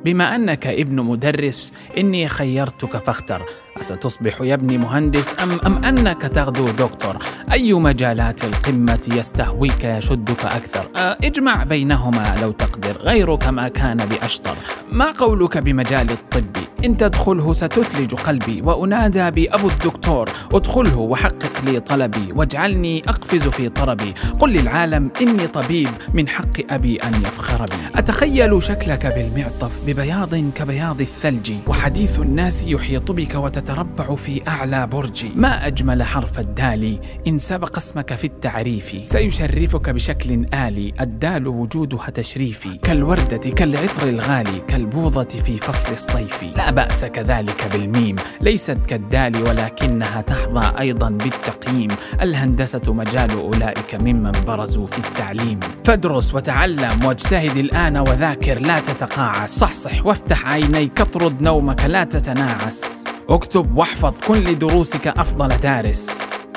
بما أنك ابن مدرس إني خيرتك فاختر، أستصبح يا ابني مهندس أم أنك تغدو دكتور؟ أي مجالات القمة يستهويك يشدك أكثر؟ اجمع بينهما لو تقدر، غيرك ما كان بأشطر. ما قولك بمجال الطب؟ إن تدخله ستثلج قلبي وأنادى بأبو الدكتور. ادخله وحقق لي طلبي واجعلني أقفز في طربي. قل للعالم إني طبيب، من حق أبي أن يفخر بي. أتخيل شكلك بالمعطف ببياض كبياض الثلج، وحديث الناس يحيط بك وتتربع في أعلى برج. ما أجمل حرف الدال إن سبق اسمك في التعريف، سيشرفك بشكل آلي، الدال وجودها تشريفي، كالوردة كالعطر الغالي، كالبوظة في فصل الصيف. لا بأس كذلك بالميم، ليست كالدال ولكنها تحظى أيضا بالتقييم. الهندسة مجال أولئك ممن برزوا في التعليم. فادرس وتعلم واجتهد الآن وذاكر، لا تتقاعس، صحصح وافتح عينيك، اطرد نومك لا تتناعس. اكتب واحفظ، كن لدروسك أفضل دارس،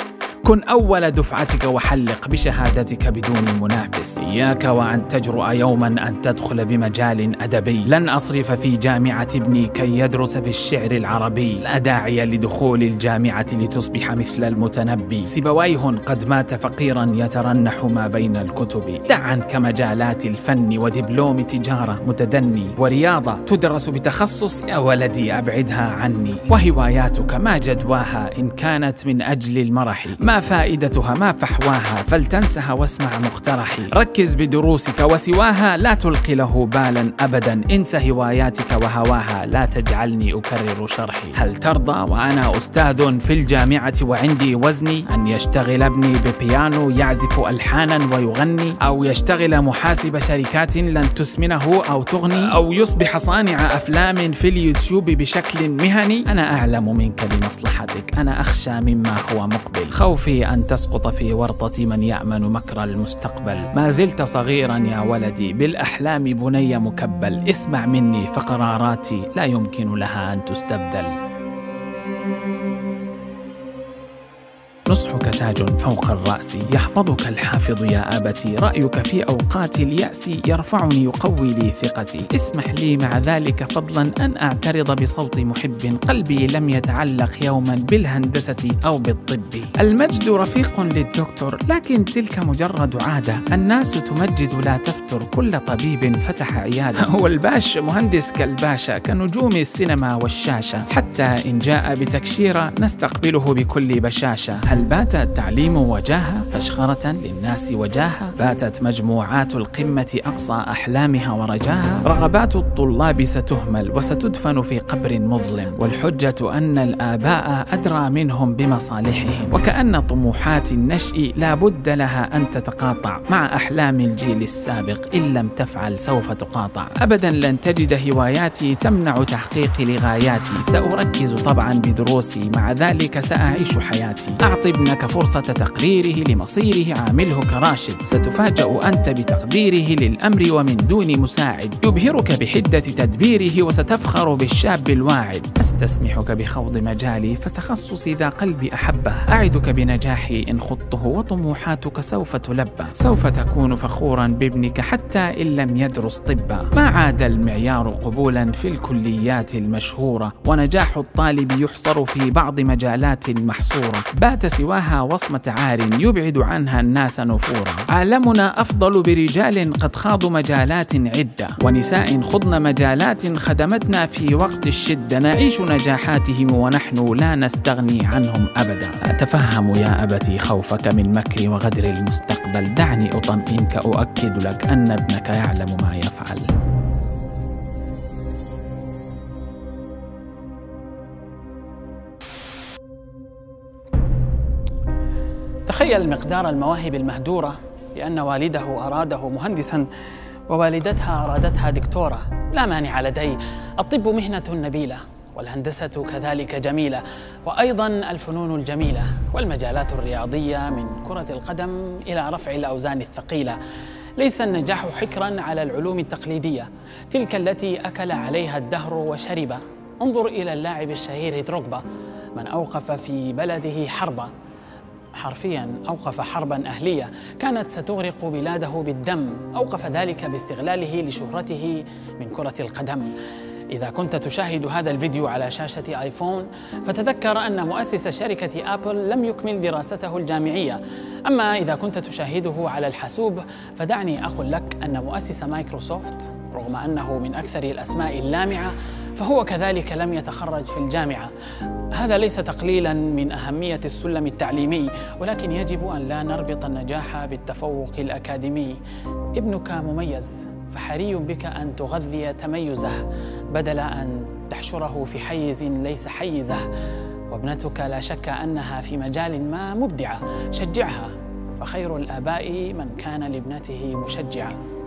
كن أول دفعتك وحلق بشهادتك بدون منافس. إياك وأن تجرؤ يوما أن تدخل بمجال أدبي، لن أصرف في جامعة ابني كي يدرس في الشعر العربي. لا داعي لدخول الجامعة لتصبح مثل المتنبي. سيبويه قد مات فقيرا يترنح ما بين الكتب. دع عنك مجالات الفن ودبلوم تجارة متدني، ورياضة تدرس بتخصص يا ولدي أبعدها عني. وهواياتك ما جدواها إن كانت من أجل المرح، ما فائدتها ما فحواها، فلتنسها واسمع مقترحي. ركز بدروسك وسواها، لا تلقي له بالا أبدا، انسى هواياتك وهواها، لا تجعلني أكرر شرحي. هل ترضى وأنا أستاذ في الجامعة وعندي وزني أن يشتغل ابني ببيانو يعزف ألحانا ويغني، أو يشتغل محاسب شركات لن تسمنه أو تغني، أو يصبح صانع أفلام في اليوتيوب بشكل مهني؟ أنا أعلم منك بمصلحتك، أنا أخشى مما هو مقبل، خوفي أن تسقط في ورطة من يأمن مكر المستقبل. ما زلت صغيرا يا ولدي، بالأحلام بني مكبل، اسمع مني فقراراتي لا يمكن لها أن تستبدل. نصحك تاج فوق الرأس يحفظك الحافظ يا أبتي، رأيك في أوقات اليأس يرفعني يقوي لي ثقتي. اسمح لي مع ذلك فضلا أن أعترض بصوت محب، قلبي لم يتعلق يوما بالهندسة أو بالطب. المجد رفيق للدكتور لكن تلك مجرد عادة، الناس تمجد لا تفتر كل طبيب فتح عيادة. والباش مهندس كالباشا كنجوم السينما والشاشة، حتى إن جاء بتكشيرة نستقبله بكل بشاشة. هل بات التعليم وجاهة فشخرة للناس وجاهة؟ باتت مجموعات القمة أقصى أحلامها ورجاها؟ رغبات الطلاب ستهمل وستدفن في قبر مظلم، والحجة أن الآباء أدرى منهم بمصالحهم، وكأن طموحات النشء لا بد لها أن تتقاطع مع أحلام الجيل السابق، إن لم تفعل سوف تقاطع. أبدا لن تجد هواياتي تمنع تحقيقي لغاياتي، سأركز طبعا بدروسي، مع ذلك سأعيش حياتي. أعط ابنك فرصة تقريره لمصيره، عامله كراشد، ستفاجأ أنت بتقديره للأمر ومن دون مساعد، يبهرك بحدة تدبيره وستفخر بالشاب الواعد. أستسمحك بخوض مجالي فتخصصي ذا قلبي أحبه، أعدك بنجاحي إن خضته وطموحاتك سوف تلبى، سوف تكون فخورا بابنك حتى إن لم يدرس طبا. ما عاد المعيار قبولا في الكليات المشهورة، ونجاح الطالب يحصر في بعض مجالات محصورة، بات سواها وصمة عار يبعد عنها الناس نفورا. عالمنا أفضل برجال قد خاضوا مجالات عدة، ونساء خضن مجالات خدمتنا في وقت الشدة، نعيش نجاحاتهم ونحن لا نستغني عنهم أبدا. أتفهم يا أبتي خوفك من مكر وغدر المستقبل، دعني أطمئنك، أؤكد لك أن ابنك يعلم ما يفعل. تخيل مقدار المواهب المهدورة لأن والده أراده مهندسا ووالدتها أرادتها دكتورة. لا مانع لدي، الطب مهنة نبيلة، والهندسة كذلك جميلة، وأيضا الفنون الجميلة، والمجالات الرياضية من كرة القدم إلى رفع الأوزان الثقيلة. ليس النجاح حكرا على العلوم التقليدية، تلك التي أكل عليها الدهر وشرب. انظر إلى اللاعب الشهير دروغبا، من أوقف في بلده حربا، حرفياً أوقف حرباً أهلية كانت ستغرق بلاده بالدم، أوقف ذلك باستغلاله لشهرته من كرة القدم. إذا كنت تشاهد هذا الفيديو على شاشة آيفون فتذكر أن مؤسس شركة آبل لم يكمل دراسته الجامعية، أما إذا كنت تشاهده على الحاسوب فدعني أقول لك أن مؤسس مايكروسوفت رغم أنه من أكثر الأسماء اللامعة فهو كذلك لم يتخرج في الجامعة. هذا ليس تقليلاً من أهمية السلم التعليمي، ولكن يجب أن لا نربط النجاح بالتفوق الأكاديمي. ابنك مميز فحري بك أن تغذي تميزه بدل أن تحشره في حيز ليس حيزه. وابنتك لا شك أنها في مجال ما مبدعة، شجعها، فخير الآباء من كان لابنته مشجعا.